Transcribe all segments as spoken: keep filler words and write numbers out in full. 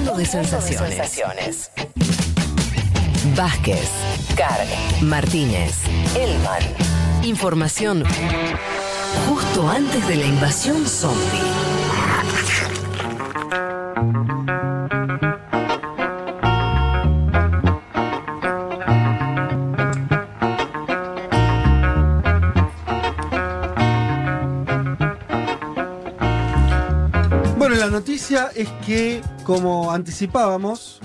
Mundo de sensaciones. Vázquez, Carg, Martínez, Elman. Información justo antes de la invasión zombie. Bueno, la noticia es que, como anticipábamos,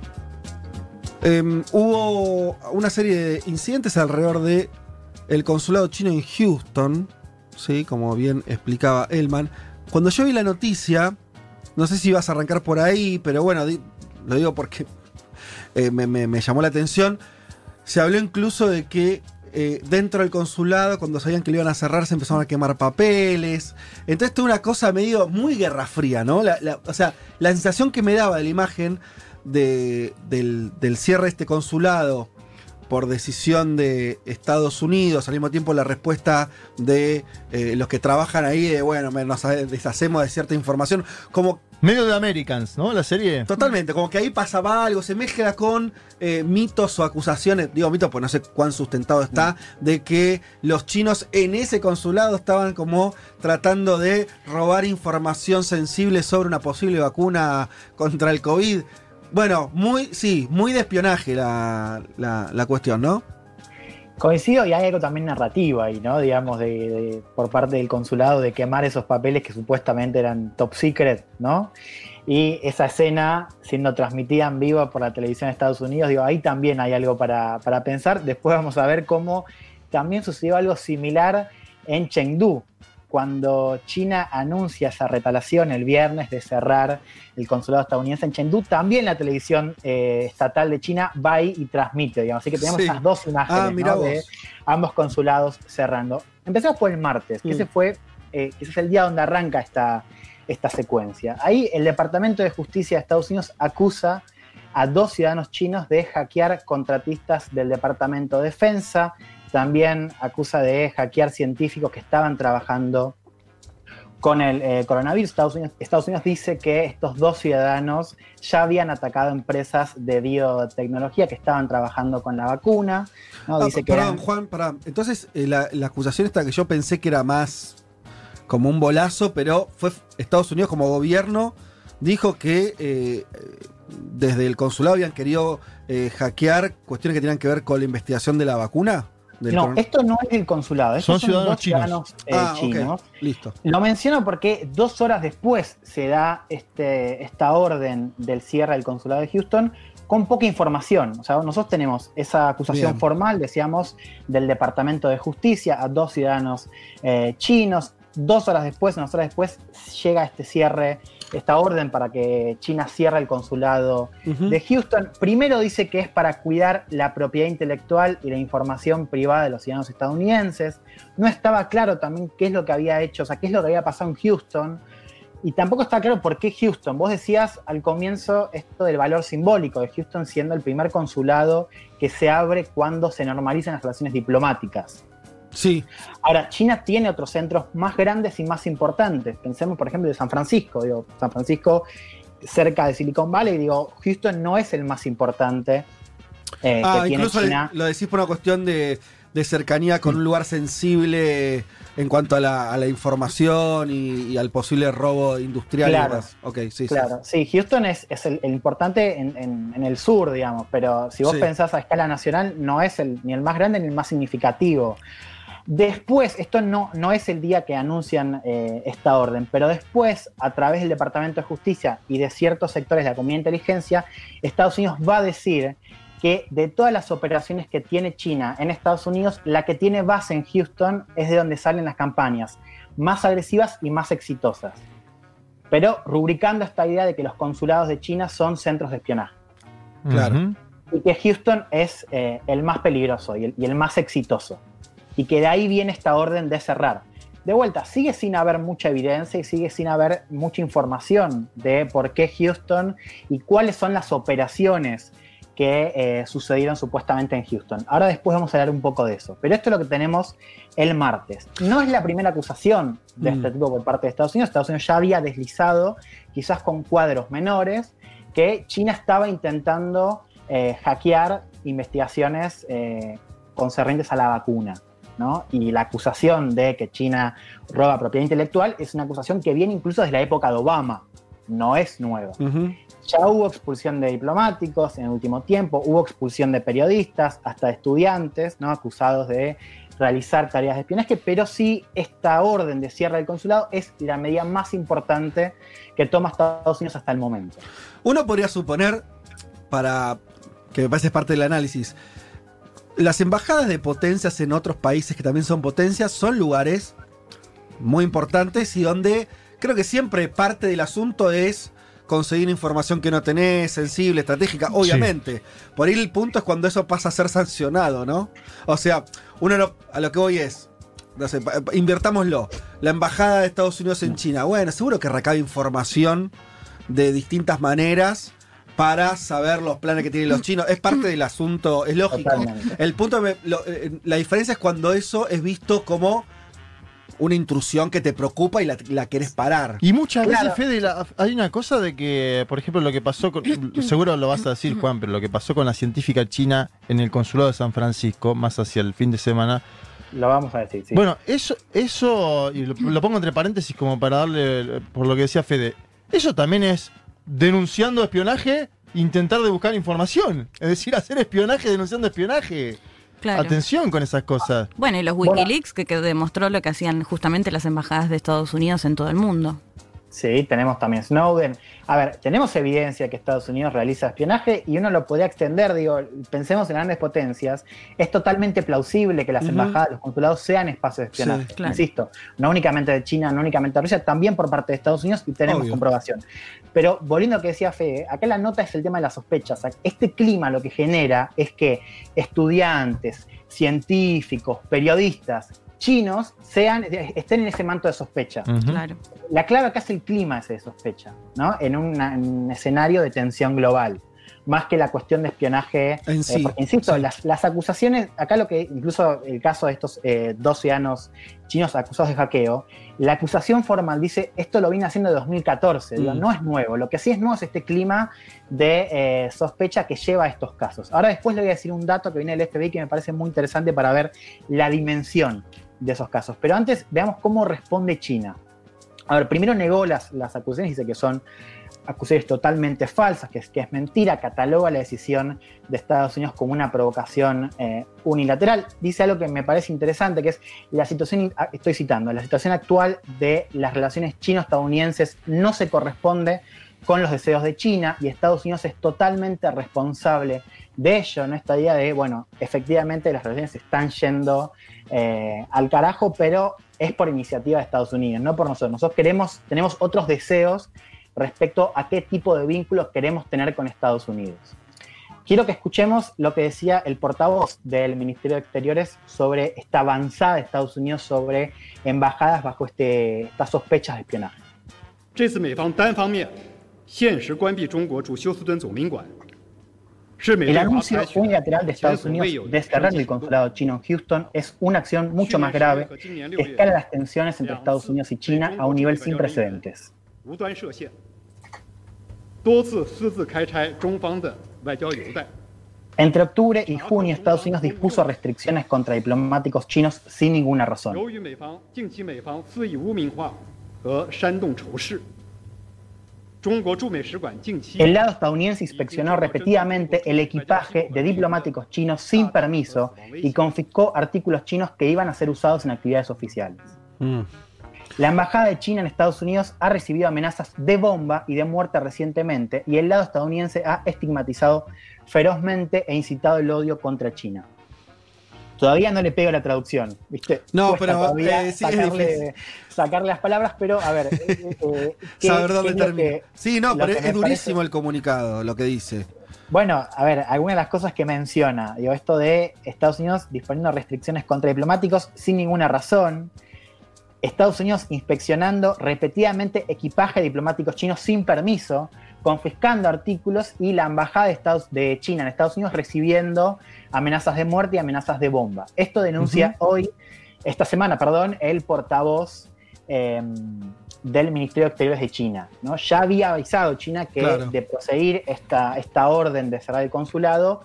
eh, hubo una serie de incidentes alrededor de el consulado chino en Houston, ¿sí? Como bien explicaba Elman. Cuando yo vi la noticia, no sé si ibas a arrancar por ahí, pero bueno, di, lo digo porque eh, me, me, me llamó la atención. Se habló incluso de que eh, dentro del consulado, cuando sabían que lo iban a cerrar, se empezaron a quemar papeles. Entonces, toda una cosa medio muy guerra fría, ¿no? La, la, o sea, la sensación que me daba de la imagen de, del, del cierre de este consulado por decisión de Estados Unidos, al mismo tiempo la respuesta de eh, los que trabajan ahí, de bueno, nos deshacemos de cierta información, como... Medio de Americans, ¿no? La serie. Totalmente, como que ahí pasaba algo, se mezcla con eh, mitos o acusaciones, digo mitos pues no sé cuán sustentado está, de que los chinos en ese consulado estaban como tratando de robar información sensible sobre una posible vacuna contra el COVID. Bueno, muy, sí, muy de espionaje la, la, la cuestión, ¿no? Coincido, y hay algo también narrativo ahí, ¿no? Digamos, de, de, por parte del consulado, de quemar esos papeles que supuestamente eran top secret, ¿no? Y esa escena siendo transmitida en vivo por la televisión de Estados Unidos, digo, ahí también hay algo para, para pensar. Después vamos a ver cómo también sucedió algo similar en Chengdu, cuando China anuncia esa retalación el viernes de cerrar el consulado estadounidense en Chengdu. También la televisión eh, estatal de China va ahí y transmite, digamos. Así que tenemos sí. esas dos imágenes, ah, ¿no? de ambos consulados cerrando. Empezamos por el martes, que mm. ese fue, eh, ese es el día donde arranca esta, esta secuencia. Ahí el Departamento de Justicia de Estados Unidos acusa a dos ciudadanos chinos de hackear contratistas del Departamento de Defensa. También acusa de hackear científicos que estaban trabajando con el eh, coronavirus. Estados Unidos, Estados Unidos dice que estos dos ciudadanos ya habían atacado empresas de biotecnología que estaban trabajando con la vacuna, ¿no? Ah, dice que perdón, eran... Juan, pará. Entonces, eh, la, la acusación esta que yo pensé que era más como un bolazo, pero fue Estados Unidos como gobierno, dijo que eh, desde el consulado habían querido eh, hackear cuestiones que tenían que ver con la investigación de la vacuna. No, coron... esto no es del consulado, estos son, son ciudadanos dos chinos. ciudadanos eh, ah, chinos. Okay. Listo. Lo menciono porque dos horas después se da este, esta orden del cierre del consulado de Houston con poca información. O sea, nosotros tenemos esa acusación Bien. formal, decíamos, del Departamento de Justicia a dos ciudadanos eh, chinos. Dos horas después, unas horas después, llega este cierre, esta orden para que China cierre el consulado uh-huh. de Houston. Primero dice que es para cuidar la propiedad intelectual y la información privada de los ciudadanos estadounidenses. No estaba claro también qué es lo que había hecho, o sea, qué es lo que había pasado en Houston. Y tampoco está claro por qué Houston. Vos decías al comienzo esto del valor simbólico de Houston siendo el primer consulado que se abre cuando se normalizan las relaciones diplomáticas. Sí. Ahora, China tiene otros centros más grandes y más importantes. Pensemos, por ejemplo, de San Francisco. Digo, San Francisco, cerca de Silicon Valley. Digo, Houston no es el más importante eh, ah, que tiene China. Lo decís por una cuestión de, de cercanía con sí. un lugar sensible en cuanto a la, a la información y, y al posible robo industrial. Claro, okay, sí, claro. Sí. sí, Houston es, es el, el importante en, en, en el sur, digamos. Pero si vos sí. pensás a escala nacional, no es el, ni el más grande ni el más significativo. Después, esto no, no es el día que anuncian eh, esta orden, pero después, a través del Departamento de Justicia y de ciertos sectores de la comunidad de inteligencia, Estados Unidos va a decir que de todas las operaciones que tiene China en Estados Unidos, la que tiene base en Houston es de donde salen las campañas más agresivas y más exitosas. Pero rubricando esta idea de que los consulados de China son centros de espionaje. Claro. Y que Houston es eh, el más peligroso y el, y el más exitoso. Y que de ahí viene esta orden de cerrar. De vuelta, sigue sin haber mucha evidencia y sigue sin haber mucha información de por qué Houston y cuáles son las operaciones que eh, sucedieron supuestamente en Houston. Ahora después vamos a hablar un poco de eso. Pero esto es lo que tenemos el martes. No es la primera acusación de mm. este tipo por parte de Estados Unidos. Estados Unidos ya había deslizado, quizás con cuadros menores, que China estaba intentando eh, hackear investigaciones eh, concernientes a la vacuna, ¿no? Y la acusación de que China roba propiedad intelectual es una acusación que viene incluso desde la época de Obama, no es nueva. Ujú. Ya hubo expulsión de diplomáticos en el último tiempo, hubo expulsión de periodistas, hasta de estudiantes, ¿no? Acusados de realizar tareas de espionaje, pero sí esta orden de cierre del consulado es la medida más importante que toma Estados Unidos hasta el momento. Uno podría suponer, para que me parece parte del análisis, las embajadas de potencias en otros países que también son potencias son lugares muy importantes y donde creo que siempre parte del asunto es conseguir información que no tenés, sensible, estratégica, obviamente. Sí. Por ahí el punto es cuando eso pasa a ser sancionado, ¿no? O sea, uno no, a lo que voy es, no sé, invirtámoslo. La embajada de Estados Unidos en China, bueno, seguro que recabe información de distintas maneras para saber los planes que tienen los chinos. Es parte del asunto, es lógico. Totalmente. El punto, me, lo, la diferencia es cuando eso es visto como una intrusión que te preocupa y la, la querés parar. Y muchas Claro. veces, Fede, la- hay una cosa de que, por ejemplo, lo que pasó con, seguro lo vas a decir, Juan, pero lo que pasó con la científica china en el consulado de San Francisco, más hacia el fin de semana. Lo vamos a decir, sí. Bueno, eso, eso y lo, lo pongo entre paréntesis como para darle, por lo que decía Fede, eso también es denunciando espionaje, intentar de buscar información. Es decir, hacer espionaje denunciando espionaje. Claro. Atención con esas cosas. Bueno, y los Wikileaks, que, que demostró lo que hacían justamente las embajadas de Estados Unidos en todo el mundo. Sí, tenemos también Snowden. A ver, tenemos evidencia que Estados Unidos realiza espionaje y uno lo podría extender, digo, pensemos en grandes potencias. Es totalmente plausible que las Ujú. embajadas, los consulados sean espacios de espionaje. Sí, claro. Insisto, no únicamente de China, no únicamente de Rusia, también por parte de Estados Unidos y tenemos Obvio. comprobación. Pero volviendo a lo que decía Fede, acá la nota es el tema de las sospechas. Este clima lo que genera es que estudiantes, científicos, periodistas chinos sean, estén en ese manto de sospecha. Ujú. Claro. La clave acá es el clima ese de sospecha, ¿no? En, una- en un escenario de tensión global, más que la cuestión de espionaje. En eh, sí, porque, insisto, sí. las, las acusaciones, acá lo que, incluso el caso de estos eh, dos ciudadanos chinos acusados de hackeo, la acusación formal dice, esto lo vine haciendo de dos mil catorce, digo, Mm. no es nuevo, lo que sí es nuevo es este clima de eh, sospecha que lleva a estos casos. Ahora después le voy a decir un dato que viene del F B I que me parece muy interesante para ver la dimensión de esos casos. Pero antes veamos cómo responde China. A ver, primero negó las, las acusaciones, dice que son acusaciones totalmente falsas, que es, que es mentira, cataloga la decisión de Estados Unidos como una provocación eh, unilateral. Dice algo que me parece interesante, que es la situación, estoy citando, la situación actual de las relaciones chino-estadounidenses no se corresponde con los deseos de China y Estados Unidos es totalmente responsable de ello, ¿no? Esta idea de, bueno, efectivamente las relaciones se están yendo eh, al carajo, pero es por iniciativa de Estados Unidos, no por nosotros. Nosotros queremos, tenemos otros deseos respecto a qué tipo de vínculos queremos tener con Estados Unidos. Quiero que escuchemos lo que decía el portavoz del Ministerio de Exteriores sobre esta avanzada de Estados Unidos sobre embajadas bajo este, estas sospechas de espionaje. 这次美方单方面限时关闭中国驻休斯敦总领馆，是美 El 对华 anuncio 采取的 unilateral de 前 Estados 所未有 Unidos 的 de cerrar el 升级行动 consulado chino en Houston es una acción mucho más grave que escala las tensiones entre Estados Unidos y China a un nivel sin precedentes. 无端设限，多次私自开拆中方的外交邮袋。 Entre octubre y junio, Estados Unidos dispuso restricciones contra diplomáticos chinos sin ninguna razón. 由于美方近期美方肆意污名化和煽动仇视，中国驻美使馆近期 El lado estadounidense inspeccionó repetidamente el equipaje de diplomáticos chinos sin permiso y confiscó artículos chinos que iban a ser usados en actividades oficiales. Mm. La embajada de China en Estados Unidos ha recibido amenazas de bomba y de muerte recientemente y el lado estadounidense ha estigmatizado ferozmente e incitado el odio contra China. Todavía no le pego la traducción, ¿viste? No, Cuesta pero, todavía eh, sí, es sacarle, difícil. sacarle las palabras, pero a ver, eh, eh, ¿qué- Saber qué dónde es lo termina. que- Sí, no, lo pero que es, me es durísimo parece- el comunicado, lo que dice. Bueno, a ver, algunas de las cosas que menciona, digo, esto de Estados Unidos disponiendo restricciones contra diplomáticos sin ninguna razón, Estados Unidos inspeccionando repetidamente equipaje de diplomáticos chinos sin permiso, confiscando artículos y la embajada de, Estados, de China en Estados Unidos recibiendo amenazas de muerte y amenazas de bomba. Esto denuncia hoy, esta semana, perdón, el portavoz eh, del Ministerio de Exteriores de China, ¿no? Ya había avisado China que Claro. de proseguir esta, esta orden de cerrar el consulado,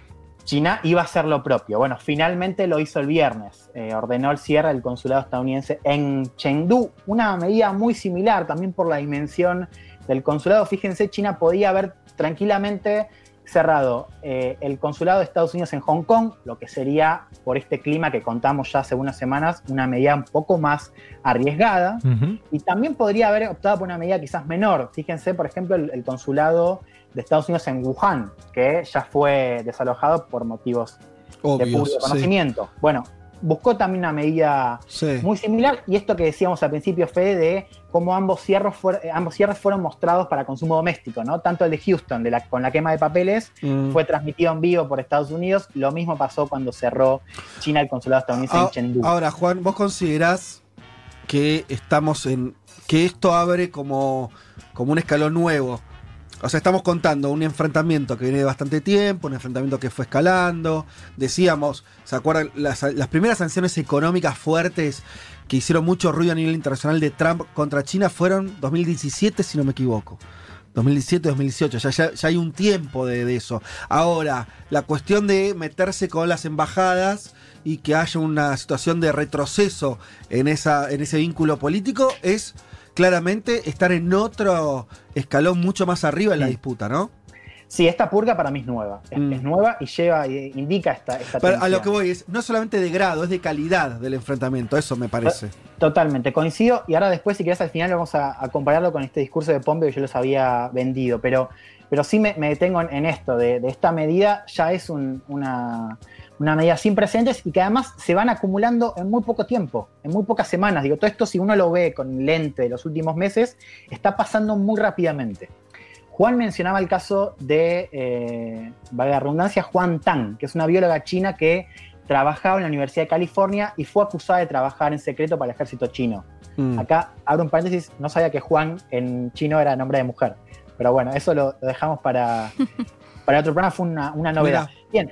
China iba a hacer lo propio. Bueno, finalmente lo hizo el viernes. Eh, ordenó el cierre del consulado estadounidense en Chengdu. Una medida muy similar también por la dimensión del consulado. Fíjense, China podía haber tranquilamente cerrado eh, el consulado de Estados Unidos en Hong Kong, lo que sería, por este clima que contamos ya hace unas semanas, una medida un poco más arriesgada. Ujú. Y también podría haber optado por una medida quizás menor. Fíjense, por ejemplo, el, el consulado de Estados Unidos en Wuhan, que ya fue desalojado por motivos de Obvio. público conocimiento. Bueno, buscó también una medida Sí. muy similar, y esto que decíamos al principio, Fede, de cómo ambos cierres, fuer- eh, ambos cierres fueron mostrados para consumo doméstico, ¿no? Tanto el de Houston, de la, con la quema de papeles, Mm. fue transmitido en vivo por Estados Unidos. Lo mismo pasó cuando cerró China el consulado estadounidense Ah, en Chengdu. Ahora, Juan, ¿vos considerás que estamos en. que esto abre como, como un escalón nuevo? O sea, estamos contando un enfrentamiento que viene de bastante tiempo, un enfrentamiento que fue escalando. Decíamos, ¿se acuerdan? Las, las primeras sanciones económicas fuertes que hicieron mucho ruido a nivel internacional de Trump contra China fueron dos mil diecisiete, si no me equivoco. dos mil diecisiete, dos mil dieciocho, ya, ya, ya hay un tiempo de, de eso. Ahora, la cuestión de meterse con las embajadas y que haya una situación de retroceso en, esa, en ese vínculo político es claramente estar en otro escalón mucho más arriba en la Sí. disputa, ¿no? Sí, esta purga para mí es nueva. Es, Mm. es nueva y lleva, eh, indica esta, esta Pero a tensión. lo que voy es, no solamente de grado, es de calidad del enfrentamiento, eso me parece. Totalmente, coincido. Y ahora después, si querés, al final vamos a, a compararlo con este discurso de Pompeo que yo los había vendido. Pero, pero sí me, me detengo en, en esto, de, de esta medida ya es un- una, una medida sin precedentes y que además se van acumulando en muy poco tiempo, en muy pocas semanas. Digo, todo esto, si uno lo ve con lente de los últimos meses, está pasando muy rápidamente. Juan mencionaba el caso de, eh, valga la redundancia, Juan Tang, que es una bióloga china que trabajaba en la Universidad de California y fue acusada de trabajar en secreto para el ejército chino. Mm. Acá abro un paréntesis, no sabía que Juan en chino era nombre de mujer. Pero bueno, eso lo, lo dejamos para, para otro programa, fue una, una novedad. Mirá. Bien,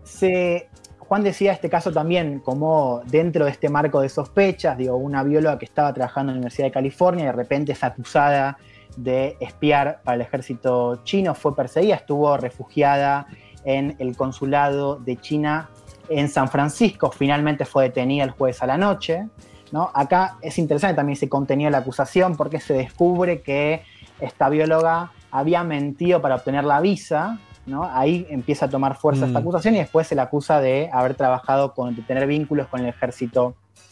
se, Juan decía este caso también como dentro de este marco de sospechas, digo, una bióloga que estaba trabajando en la Universidad de California y de repente es acusada de espiar para el ejército chino, fue perseguida, estuvo refugiada en el consulado de China en San Francisco, finalmente fue detenida el jueves a la noche, ¿no? Acá es interesante también ese contenido de la acusación porque se descubre que esta bióloga había mentido para obtener la visa, ¿no? Ahí empieza a tomar fuerza Mm. esta acusación y después se la acusa de haber trabajado con, de tener vínculos con el ejército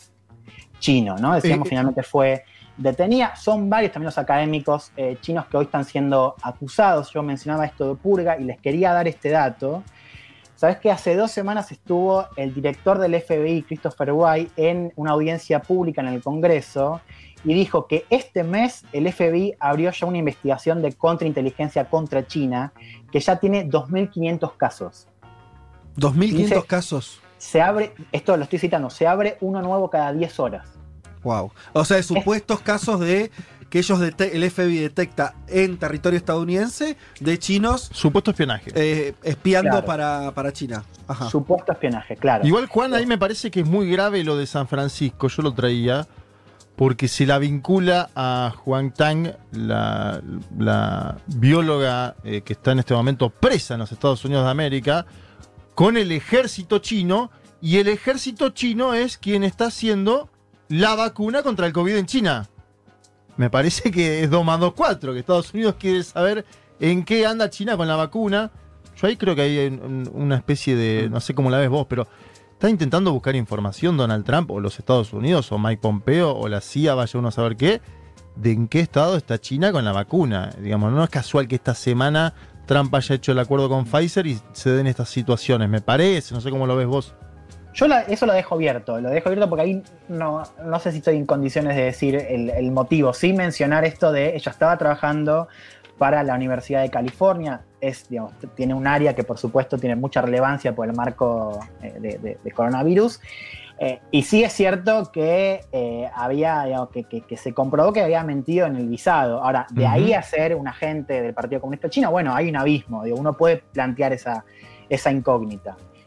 chino, ¿no? Decíamos, Eh, finalmente fue detenida. Son varios también los académicos eh, chinos que hoy están siendo acusados. Yo mencionaba esto de purga y les quería dar este dato. Sabes que hace dos semanas estuvo el director del F B I, Christopher Wray, en una audiencia pública en el Congreso y dijo que este mes el F B I abrió ya una investigación de contrainteligencia contra China que ya tiene dos mil quinientos casos. dos mil quinientos Dice- casos. Se abre, esto lo estoy citando, se abre uno nuevo cada diez horas. Wow. O sea, de supuestos casos de que ellos dete- el F B I detecta en territorio estadounidense de chinos Supuesto espionaje. eh, espiando Claro. para, para China. Ajá. Supuesto espionaje, claro. Igual, Juan, ahí me parece que es muy grave lo de San Francisco. Yo lo traía porque se la vincula a Juan Tang, la, la bióloga eh, que está en este momento presa en los Estados Unidos de América, con el ejército chino. Y el ejército chino es quien está haciendo la vacuna contra el COVID en China. Me parece que es dos más dos, cuatro, que Estados Unidos quiere saber en qué anda China con la vacuna. Yo ahí creo que hay un- una especie de, no sé cómo la ves vos, pero está intentando buscar información Donald Trump o los Estados Unidos o Mike Pompeo o la C I A, vaya uno a saber qué, de en qué estado está China con la vacuna. Digamos, no es casual que esta semana Trump haya hecho el acuerdo con Pfizer y se den estas situaciones, me parece, no sé cómo lo ves vos. Yo la- eso lo dejo abierto, lo dejo abierto porque ahí no, no sé si estoy en condiciones de decir el, el motivo. Sí mencionar esto de ella estaba trabajando para la Universidad de California, es, digamos, t- tiene un área que por supuesto tiene mucha relevancia por el marco eh, de, de- de coronavirus. Eh, y sí es cierto que eh, había, digamos, que, que- que se comprobó que había mentido en el visado. Ahora, de Ujú. ahí a ser un agente del Partido Comunista Chino, bueno, hay un abismo, digo, uno puede plantear esa, esa incógnita.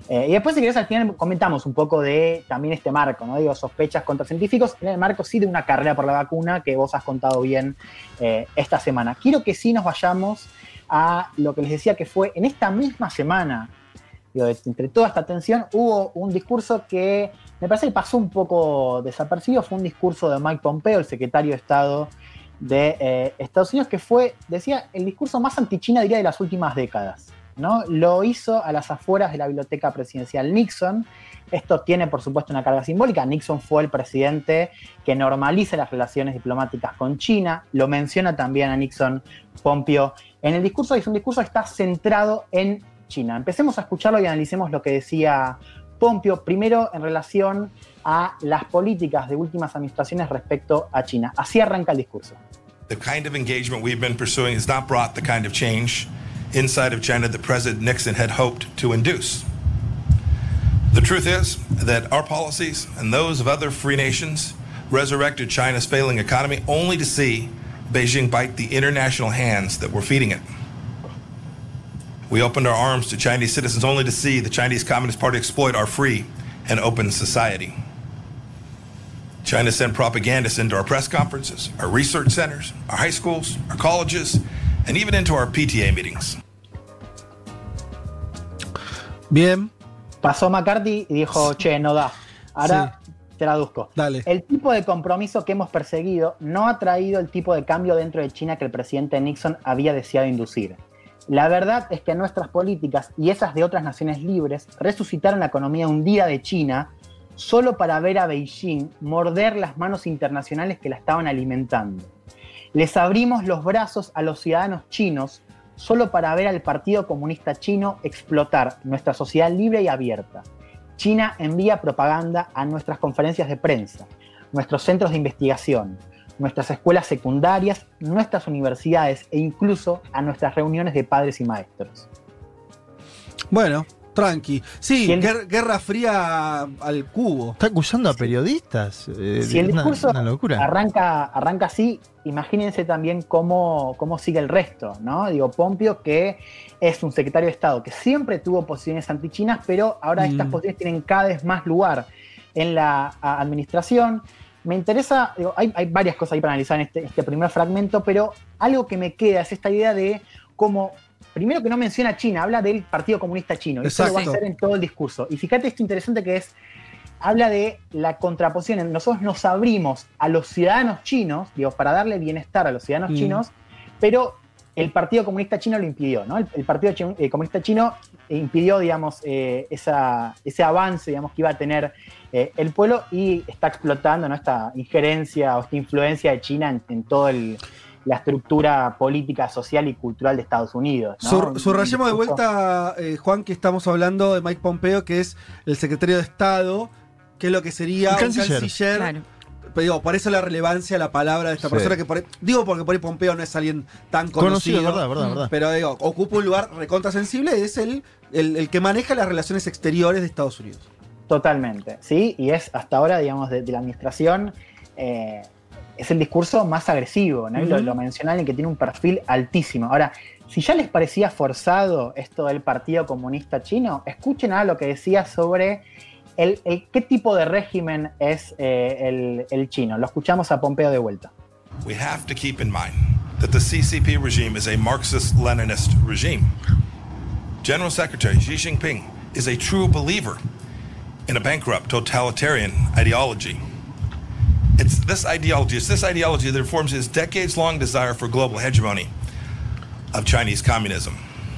Eh, y después, si querés, al final comentamos un poco de también este marco, ¿no? Digo, sospechas contra científicos, en el marco sí de una carrera por la vacuna que vos has contado bien eh, esta semana. Quiero que sí nos vayamos a lo que les decía que fue en esta misma semana, digo, entre toda esta tensión, hubo un discurso que me parece que pasó un poco desapercibido, fue un discurso de Mike Pompeo, el secretario de Estado de eh, Estados Unidos, que fue, decía, el discurso más anti-China, diría, de las últimas décadas, ¿no? Lo hizo a las afueras de la biblioteca presidencial Nixon. Esto tiene, por supuesto, una carga simbólica. Nixon fue el presidente que normaliza las relaciones diplomáticas con China. Lo menciona también a Nixon Pompeo en el discurso, y es un discurso que está centrado en China. Empecemos a escucharlo y analicemos lo que decía Pompeo, primero en relación a las políticas de últimas administraciones respecto a China. Así arranca el discurso. The kind of engagement we've been pursuing has not brought the kind of change inside of China that President Nixon had hoped to induce. The truth is that our policies and those of other free nations resurrected China's failing economy only to see Beijing bite the international hands that were feeding it. We opened our arms to Chinese citizens only to see the Chinese Communist Party exploit our free and open society. China sent propagandists into our press conferences, our research centers, our high schools, our colleges, and even into our P T A meetings. Bien. Pasó McCarthy y dijo, che, no da. Ahora sí. Traduzco. Dale. El tipo de compromiso que hemos perseguido no ha traído el tipo de cambio dentro de China que el presidente Nixon había deseado inducir. La verdad es que nuestras políticas y esas de otras naciones libres resucitaron la economía hundida de China solo para ver a Beijing morder las manos internacionales que la estaban alimentando. Les abrimos los brazos a los ciudadanos chinos solo para ver al Partido Comunista Chino explotar nuestra sociedad libre y abierta. China envía propaganda a nuestras conferencias de prensa, nuestros centros de investigación, nuestras escuelas secundarias, nuestras universidades e incluso a nuestras reuniones de padres y maestros. Bueno, tranqui. Sí, Si el- guer- guerra fría al cubo. Está acusando a periodistas. eh, Si el una- discurso una locura. arranca, arranca así, imagínense también cómo, cómo sigue el resto, ¿no? Digo, Pompeo, que es un secretario de Estado que siempre tuvo posiciones antichinas, pero ahora Mm. estas posiciones tienen cada vez más lugar en la a, administración. Me interesa, digo, hay, hay varias cosas ahí para analizar en este, este primer fragmento, pero algo que me queda es esta idea de cómo, primero que no menciona a China, habla del Partido Comunista Chino, y eso lo va a Exacto. hacer en todo el discurso. Y fíjate esto interesante que es, habla de la contraposición. Nosotros nos abrimos a los ciudadanos chinos, digo, para darle bienestar a los ciudadanos Mm. chinos, pero el Partido Comunista Chino lo impidió, ¿no? El, el Partido Chi- eh, Comunista Chino impidió, digamos, eh, esa, ese avance, digamos, que iba a tener eh, el pueblo, y está explotando, ¿no?, esta injerencia o esta influencia de China en, en toda la estructura política, social y cultural de Estados Unidos, ¿no? Sur- Subrayemos de Un discurso- vuelta, eh, Juan, que estamos hablando de Mike Pompeo, que es el secretario de Estado, que es lo que sería El un canciller. canciller. Claro. Pero digo, por eso la relevancia de la palabra de esta Sí. persona, que por ahí- digo porque por ahí Pompeo no es alguien tan conocido. Conocido, verdad, verdad, verdad. Pero digo, ocupa un lugar recontra sensible, es el, el, el que maneja las relaciones exteriores de Estados Unidos. Totalmente, sí, y es hasta ahora, digamos, de, de la administración, eh, es el discurso más agresivo, ¿no? Y lo, Ujú. lo mencionan, que tiene un perfil altísimo. Ahora, si ya les parecía forzado esto del Partido Comunista Chino, escuchen ahora lo que decía sobre el, el- qué tipo de régimen es eh, el, el chino. Lo escuchamos a Pompeo de vuelta. We have to keep in mind that the C C P regime is a Marxist-Leninist regime. General Secretary Xi Jinping is a true believer in a bankrupt totalitarian ideology. It's this ideology, it's this ideology that informs his decades-long desire for global hegemony of Chinese communism.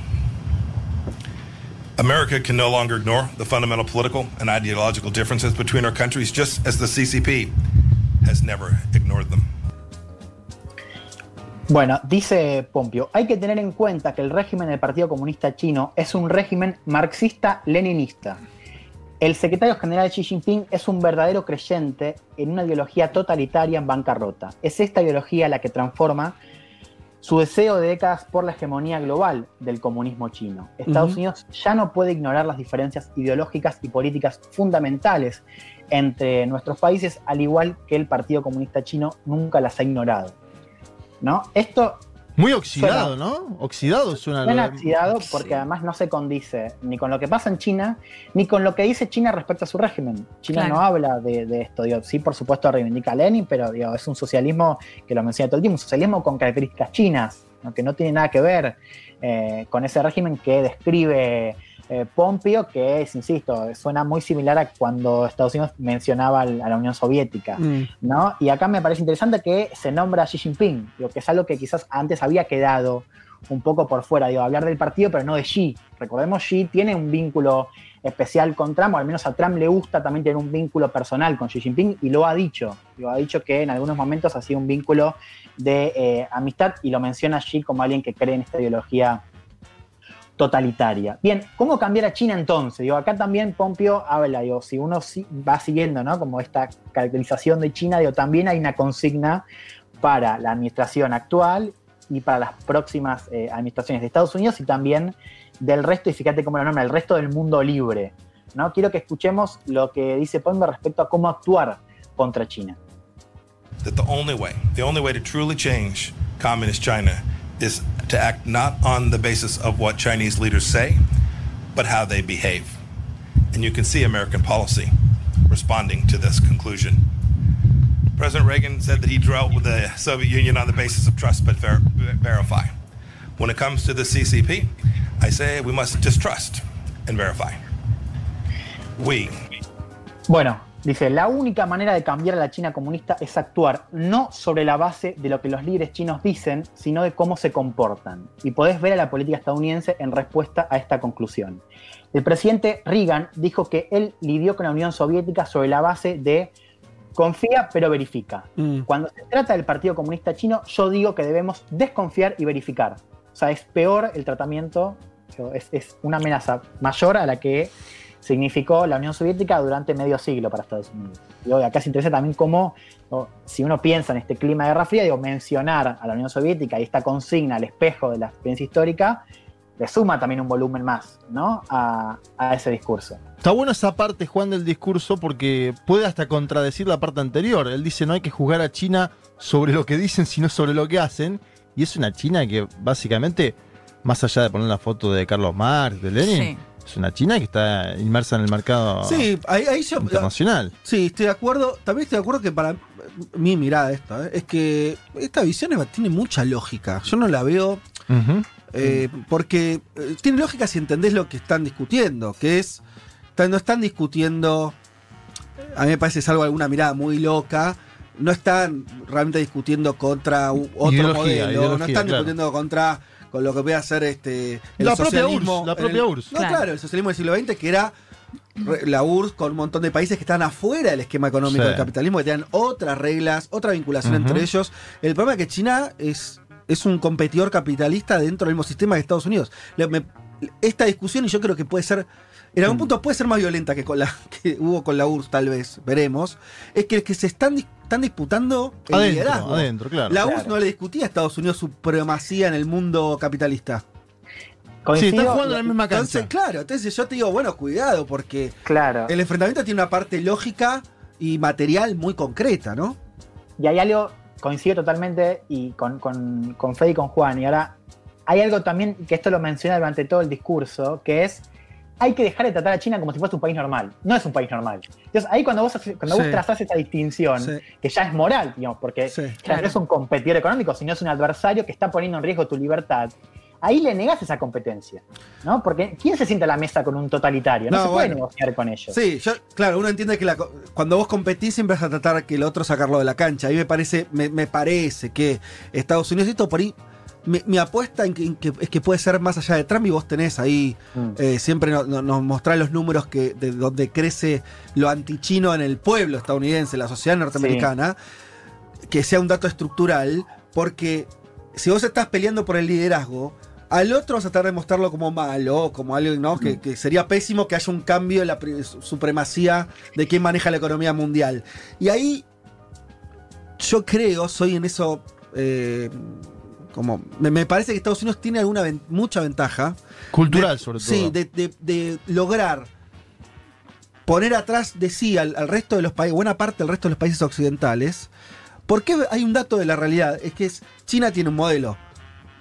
America can no longer ignore the fundamental political and ideological differences between our countries, just as the C C P has never ignored them. Bueno, dice Pompeo, hay que tener en cuenta que el régimen del Partido Comunista Chino es un régimen marxista-leninista. El secretario general Xi Jinping es un verdadero creyente en una ideología totalitaria en bancarrota. Es esta ideología la que transforma su deseo de décadas por la hegemonía global del comunismo chino. Estados Ujú. Unidos ya no puede ignorar las diferencias ideológicas y políticas fundamentales entre nuestros países, al igual que el Partido Comunista Chino nunca las ha ignorado, ¿no? Esto Muy oxidado, Suena- ¿no? Oxidado suena. Suena lo- oxidado porque Sí. además no se condice ni con lo que pasa en China, ni con lo que dice China respecto a su régimen. China Claro. no habla de, de esto. Digo, sí, por supuesto, reivindica a Lenin, pero digo, es un socialismo que lo menciona todo el tiempo, un socialismo con características chinas, ¿no? Que no tiene nada que ver eh, con ese régimen que describe eh, Pompeo, que es, insisto, suena muy similar a cuando Estados Unidos mencionaba al- a la Unión Soviética. Mm. ¿No? Y acá me parece interesante que se nombra a Xi Jinping, digo, que es algo que quizás antes había quedado un poco por fuera, digo, hablar del partido, pero no de Xi. Recordemos, Xi tiene un vínculo especial con Trump, o al menos a Trump le gusta también tener un vínculo personal con Xi Jinping, y lo ha dicho. Digo, ha dicho que en algunos momentos ha sido un vínculo de eh, amistad, y lo menciona Xi como alguien que cree en esta ideología totalitaria. Bien, ¿cómo cambiar a China entonces? Digo, acá también Pompeo habla, digo, si uno si- va siguiendo, ¿no? Como esta caracterización de China, digo, también hay una consigna para la administración actual y para las próximas eh, administraciones de Estados Unidos y también del resto, y fíjate cómo lo nombra, el resto del mundo libre, ¿no? Quiero que escuchemos lo que dice Pompeo respecto a cómo actuar contra China. That the only way, the only way to truly change communist China is to act not on the basis of what Chinese leaders say, but how they behave. And you can see American policy responding to this conclusion. President Reagan said that he dealt with the Soviet Union on the basis of trust but ver- verify. When it comes to the C C P, I say we must distrust and verify. We, Bueno, dice, la única manera de cambiar a la China comunista es actuar no sobre la base de lo que los líderes chinos dicen, sino de cómo se comportan. Y podés ver a la política estadounidense en respuesta a esta conclusión. El presidente Reagan dijo que él lidió con la Unión Soviética sobre la base de confía pero verifica. Mm. Cuando se trata del Partido Comunista Chino, yo digo que debemos desconfiar y verificar. O sea, es peor el tratamiento, es, es una amenaza mayor a la que significó la Unión Soviética durante medio siglo para Estados Unidos. Y hoy acá se interesa también cómo, ¿no? Si uno piensa en este clima de Guerra Fría, digo, mencionar a la Unión Soviética y esta consigna al espejo de la experiencia histórica, le suma también un volumen más, ¿no? a, a ese discurso. Está buena esa parte, Juan, del discurso, porque puede hasta contradecir la parte anterior. Él dice, no hay que juzgar a China sobre lo que dicen, sino sobre lo que hacen. Y es una China que, básicamente, más allá de poner la foto de Carlos Marx, de Lenin, Sí. es una China que está inmersa en el mercado Sí, ahí, ahí yo. internacional. Sí, estoy de acuerdo. También estoy de acuerdo que para mi mirada de esto, ¿eh? es que esta visión es- tiene mucha lógica. Yo no la veo. Ujú. Eh, porque eh, tiene lógica si entendés lo que están discutiendo, que es, están- no están discutiendo, a mí me parece es algo, alguna mirada muy loca, no están realmente discutiendo contra u- otro Ideología, modelo, no ideología, están claro. discutiendo contra con lo que puede hacer este el La propia socialismo, U R S S, la en propia el- U R S S. No, Claro. claro, el socialismo del siglo veinte, que era re- la U R S S con un montón de países que están afuera del esquema económico Sí. del capitalismo, que tenían otras reglas, otra vinculación Ujú. entre ellos. El problema es que China es, es un competidor capitalista dentro del mismo sistema de Estados Unidos. Le- me- esta discusión, y yo creo que puede ser, en algún Mm. punto puede ser más violenta que con la que hubo con la U R S S, tal vez, veremos, es que, que se están, dis- están disputando el Adentro, liderazgo. adentro, claro. La U R S S Claro. no le discutía a Estados Unidos su supremacía en el mundo capitalista. Sí, Coincido- están jugando en la misma Entonces, cancha. claro, entonces yo te digo, bueno, cuidado, porque Claro. el enfrentamiento tiene una parte lógica y material muy concreta, ¿no? Y hay algo, coincido totalmente y con, con, con Fede y con Juan, y ahora hay algo también que esto lo menciona durante todo el discurso, que es, hay que dejar de tratar a China como si fuese un país normal. No es un país normal. Entonces ahí cuando vos, haces- cuando vos Sí. trazás esa distinción, Sí. que ya es moral, digamos, porque Sí. ya no es un competidor económico, sino es un adversario que está poniendo en riesgo tu libertad, ahí le negás esa competencia, ¿no? Porque ¿quién se sienta a la mesa con un totalitario? No, No, se puede bueno. negociar con ellos. Sí, yo, claro, uno entiende que la co- cuando vos competís siempre vas a tratar que el otro sacarlo de la cancha. A mí me parece, me, me parece que Estados Unidos, esto por ahí, mi, mi apuesta en que, en que- es que puede ser más allá de Trump, y vos tenés ahí, Mm. eh, siempre no- no- nos mostrás los números que, de donde crece lo antichino en el pueblo estadounidense, la sociedad norteamericana, que sea un dato estructural, porque si vos estás peleando por el liderazgo, al otro vas a tratar de mostrarlo como malo, como algo, ¿no? Que, que sería pésimo que haya un cambio en la pri- supremacía de quién maneja la economía mundial. Y ahí yo creo, soy en eso, eh, como, me, me parece que Estados Unidos tiene alguna ven- mucha ventaja. Cultural, de- sobre todo. Sí, de, de- de lograr poner atrás de sí al, al resto de los países, buena parte del resto de los países occidentales. Porque hay un dato de la realidad, es que es, China tiene un modelo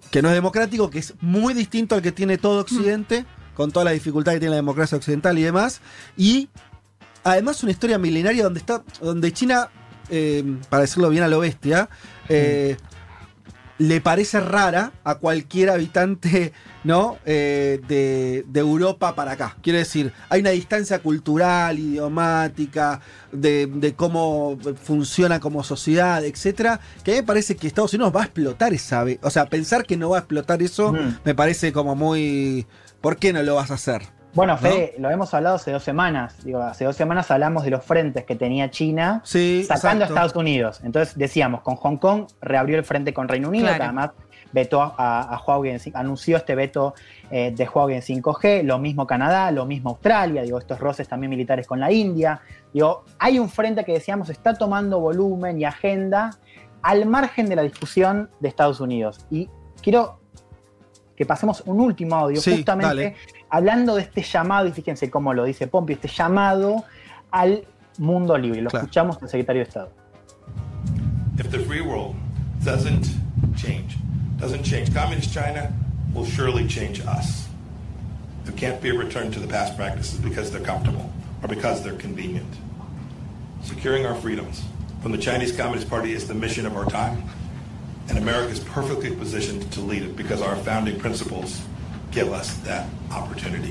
que no es democrático, que es muy distinto al que tiene todo Occidente, mm. con toda la dificultad que tiene la democracia occidental y demás. Y además una historia milenaria donde está, donde China, eh, para decirlo bien a lo bestia, eh, mm. le parece rara a cualquier habitante, ¿no? Eh, de, de Europa para acá. Quiero decir, hay una distancia cultural, idiomática, de, de cómo funciona como sociedad, etcétera, que a mí me parece que Estados Unidos va a explotar esa... O sea, pensar que no va a explotar eso mm. me parece como muy... ¿Por qué no lo vas a hacer? Bueno, Fede, ¿no? Lo hemos hablado hace dos semanas. Digo, hace dos semanas hablamos de los frentes que tenía China sí, sacando exacto. a Estados Unidos. Entonces decíamos, con Hong Kong reabrió el frente con Reino Unido, claro. que además vetó a, a Huawei, en, anunció este veto eh, de Huawei en cinco G, lo mismo Canadá, lo mismo Australia, digo, estos roces también militares con la India. Digo, hay un frente que decíamos está tomando volumen y agenda al margen de la discusión de Estados Unidos. Y quiero que pasemos un último audio, sí, justamente dale. hablando de este llamado, y fíjense cómo lo dice Pompeo, este llamado al mundo libre. Lo claro. escuchamos del secretario de Estado. If the free world doesn't change, doesn't change, communist China will surely change us. It can't be a return to the past practices because they're comfortable or because they're convenient. Securing our freedoms from the Chinese Communist Party is the mission of our time. And America is perfectly positioned to lead it because our founding principles give us that opportunity.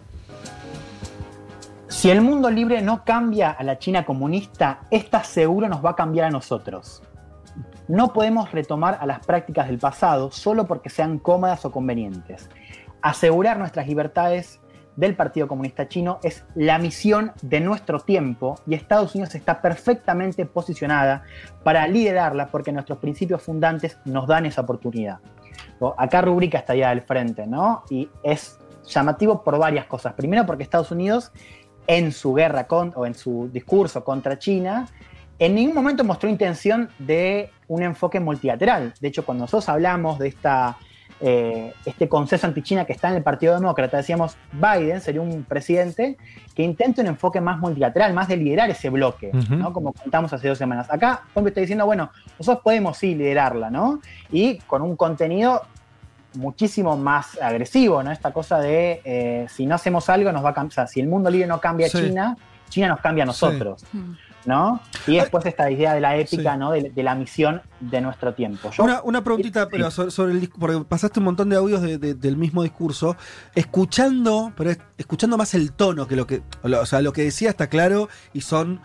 Si el mundo libre no cambia a la China comunista, esta seguro nos va a cambiar a nosotros. No podemos retomar a las prácticas del pasado solo porque sean cómodas o convenientes. Asegurar nuestras libertades del Partido Comunista Chino es la misión de nuestro tiempo y Estados Unidos está perfectamente posicionada para liderarla porque nuestros principios fundantes nos dan esa oportunidad. Acá rubrica esta idea del frente, ¿no? Y es llamativo por varias cosas. Primero porque Estados Unidos en su guerra con, o en su discurso contra China en ningún momento mostró intención de un enfoque multilateral. De hecho, cuando nosotros hablamos de esta Eh, este consenso anti-China que está en el Partido Demócrata, decíamos Biden sería un presidente que intente un enfoque más multilateral, más de liderar ese bloque, uh-huh. ¿no? Como contamos hace dos semanas. Acá Pompeo está diciendo, bueno, nosotros podemos sí liderarla, ¿no? Y con un contenido muchísimo más agresivo, ¿no? Esta cosa de eh, si no hacemos algo nos va a cambiar, o sea, si el mundo libre no cambia a sí. China, China nos cambia a nosotros. Sí. ¿No? Y después esta idea de la épica, sí. ¿no? De, de la misión de nuestro tiempo. Yo, una, una preguntita, sí. pero sobre, sobre el porque pasaste un montón de audios de, de, del mismo discurso, escuchando, pero escuchando más el tono que lo que, o sea, lo que decía está claro y son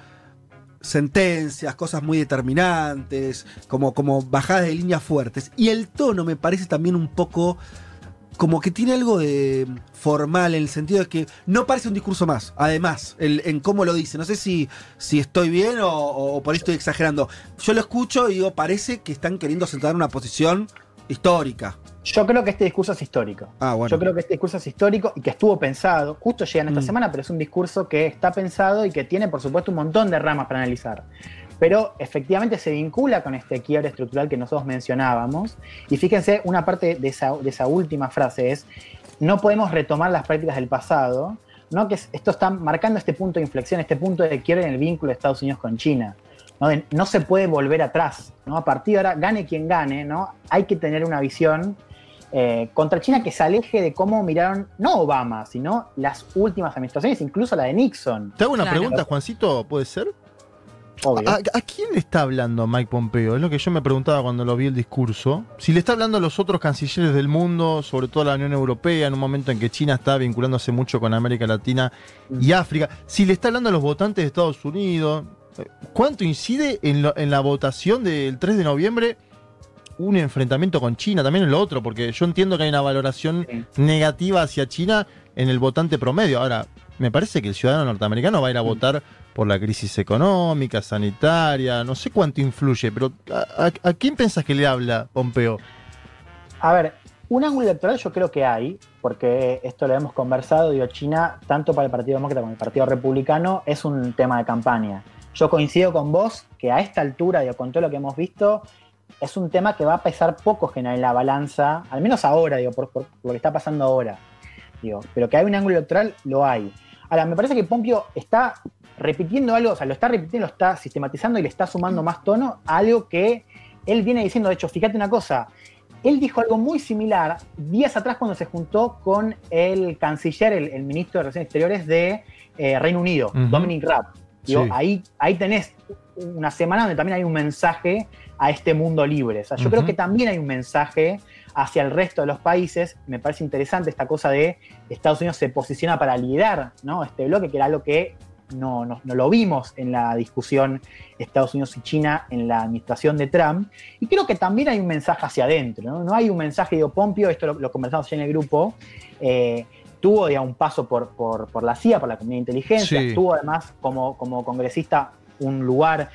sentencias, cosas muy determinantes, como, como bajadas de líneas fuertes. Y el tono me parece también un poco como que tiene algo de formal en el sentido de que no parece un discurso más, además, el, en cómo lo dice. No sé si, si estoy bien o, o por ahí estoy exagerando. Yo lo escucho y digo, parece que están queriendo sentar una posición histórica. Yo creo que este discurso es histórico. Ah, bueno. Yo creo que este discurso es histórico y que estuvo pensado, justo llegan esta mm. semana, pero es un discurso que está pensado y que tiene, por supuesto, un montón de ramas para analizar. Pero efectivamente se vincula con este quiebre estructural que nosotros mencionábamos. Y fíjense, una parte de esa, de esa última frase es, no podemos retomar las prácticas del pasado, ¿no? Que esto está marcando este punto de inflexión, este punto de quiebre en el vínculo de Estados Unidos con China. ¿no? De, no se puede volver atrás, ¿no? A partir de ahora, gane quien gane, ¿no? Hay que tener una visión eh, contra China que se aleje de cómo miraron, no Obama, sino las últimas administraciones, incluso la de Nixon. Te hago una claro. pregunta, Juancito, ¿puede ser? Obvio. ¿A, ¿A quién le está hablando Mike Pompeo? Es lo que yo me preguntaba cuando lo vi el discurso. Si le está hablando a los otros cancilleres del mundo, sobre todo a la Unión Europea, en un momento en que China está vinculándose mucho con América Latina y África. Si le está hablando a los votantes de Estados Unidos. ¿Cuánto incide en, lo, en la votación del tres de noviembre un enfrentamiento con China? También en lo otro, porque yo entiendo que hay una valoración sí. negativa hacia China en el votante promedio. Ahora, me parece que el ciudadano norteamericano va a ir a votar por la crisis económica, sanitaria, no sé cuánto influye, pero ¿a, a, a quién pensás que le habla Pompeo? A ver, un ángulo electoral yo creo que hay, porque esto lo hemos conversado, digo, China, tanto para el Partido Demócrata como el Partido Republicano, es un tema de campaña. Yo coincido con vos que a esta altura, digo, con todo lo que hemos visto, es un tema que va a pesar poco general en la balanza, al menos ahora, digo, por, por, por lo que está pasando ahora. Digo, pero que hay un ángulo electoral, lo hay. Ahora, me parece que Pompeo está repitiendo algo, o sea, lo está repitiendo, lo está sistematizando y le está sumando más tono a algo que él viene diciendo. De hecho, fíjate una cosa, él dijo algo muy similar días atrás cuando se juntó con el canciller, el, el ministro de Relaciones Exteriores de eh, Reino Unido, uh-huh. Dominic Raab. Digo, sí. ahí, ahí tenés una semana donde también hay un mensaje a este mundo libre. O sea, yo uh-huh. creo que también hay un mensaje hacia el resto de los países. Me parece interesante esta cosa de Estados Unidos se posiciona para liderar, ¿no?, este bloque, que era algo que no, no, no lo vimos en la discusión Estados Unidos y China en la administración de Trump. Y creo que también hay un mensaje hacia adentro, ¿no? No hay un mensaje, digo, Pompeo, esto lo, lo conversamos ya en el grupo, eh, tuvo ya un paso por, por, por la C I A, por la Comunidad de Inteligencia, sí. tuvo además como, como congresista un lugar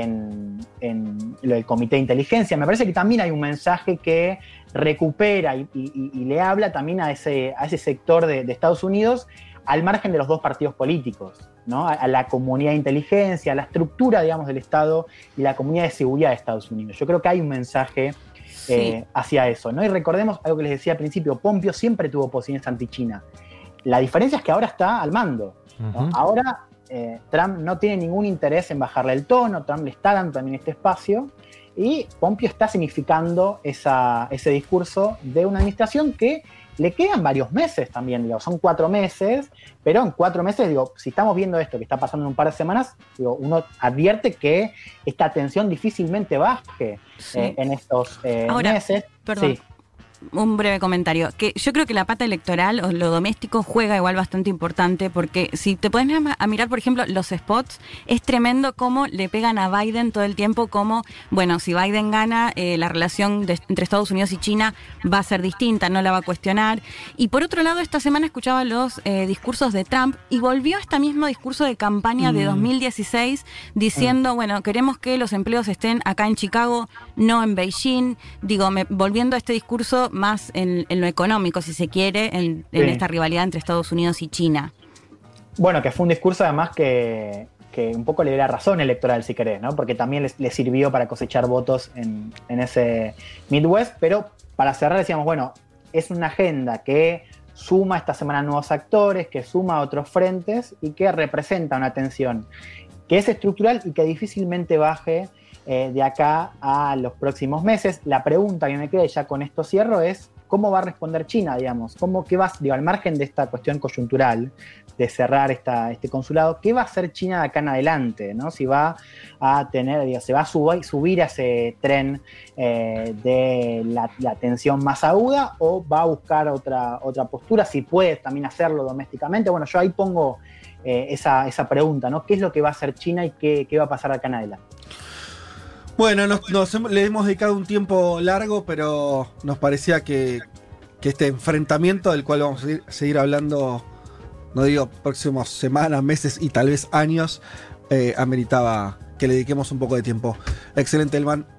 en, en el Comité de Inteligencia. Me parece que también hay un mensaje que recupera y, y, y le habla también a ese, a ese sector de, de Estados Unidos, al margen de los dos partidos políticos, ¿no? A, a la comunidad de inteligencia, a la estructura, digamos, del Estado y la comunidad de seguridad de Estados Unidos. Yo creo que hay un mensaje sí. eh, hacia eso, ¿no? Y recordemos algo que les decía al principio, Pompeo siempre tuvo posiciones anti-China. La diferencia es que ahora está al mando, ¿no? Uh-huh. Ahora eh, Trump no tiene ningún interés en bajarle el tono, Trump le está dando también este espacio, y Pompeo está significando esa, ese discurso de una administración que le quedan varios meses también, digo, son cuatro meses, pero en cuatro meses, digo, si estamos viendo esto que está pasando en un par de semanas, digo, uno advierte que esta tensión difícilmente baje sí. eh, en estos eh, Ahora, meses. Perdón. Sí. Un breve comentario, que yo creo que la pata electoral o lo doméstico juega igual bastante importante, porque si te pones a mirar, por ejemplo, los spots, es tremendo cómo le pegan a Biden todo el tiempo, como, bueno, si Biden gana, eh, la relación de, entre Estados Unidos y China va a ser distinta, no la va a cuestionar. Y por otro lado, esta semana escuchaba los eh, discursos de Trump y volvió a este mismo discurso de campaña mm. de dos mil dieciséis diciendo, mm. bueno, queremos que los empleos estén acá en Chicago, no en Beijing. Digo, me, volviendo a este discurso más en, en lo económico, si se quiere, en, en sí. esta rivalidad entre Estados Unidos y China. Bueno, que fue un discurso además que, que un poco le dio la razón electoral, si querés, ¿no? Porque también le, le sirvió para cosechar votos en, en ese Midwest, pero para cerrar decíamos, bueno, es una agenda que suma esta semana nuevos actores, que suma a otros frentes y que representa una tensión que es estructural y que difícilmente baje Eh, de acá a los próximos meses. La pregunta que me queda, y ya con esto cierro, es ¿cómo va a responder China, digamos? ¿Cómo, qué va, digo, al margen de esta cuestión coyuntural de cerrar esta, este consulado, qué va a hacer China de acá en adelante, ¿no? Si va a tener, digo, se va a subir, subir a ese tren eh, de la, la tensión más aguda, o va a buscar otra, otra postura, si puede también hacerlo domésticamente. Bueno, yo ahí pongo eh, esa, esa pregunta, ¿no? ¿Qué es lo que va a hacer China y qué, qué va a pasar de acá en adelante? Bueno, nos, nos hemos, le hemos dedicado un tiempo largo, pero nos parecía que, que este enfrentamiento, del cual vamos a seguir, seguir hablando, no digo próximas semanas, meses y tal vez años, eh, ameritaba que le dediquemos un poco de tiempo. Excelente, Elman.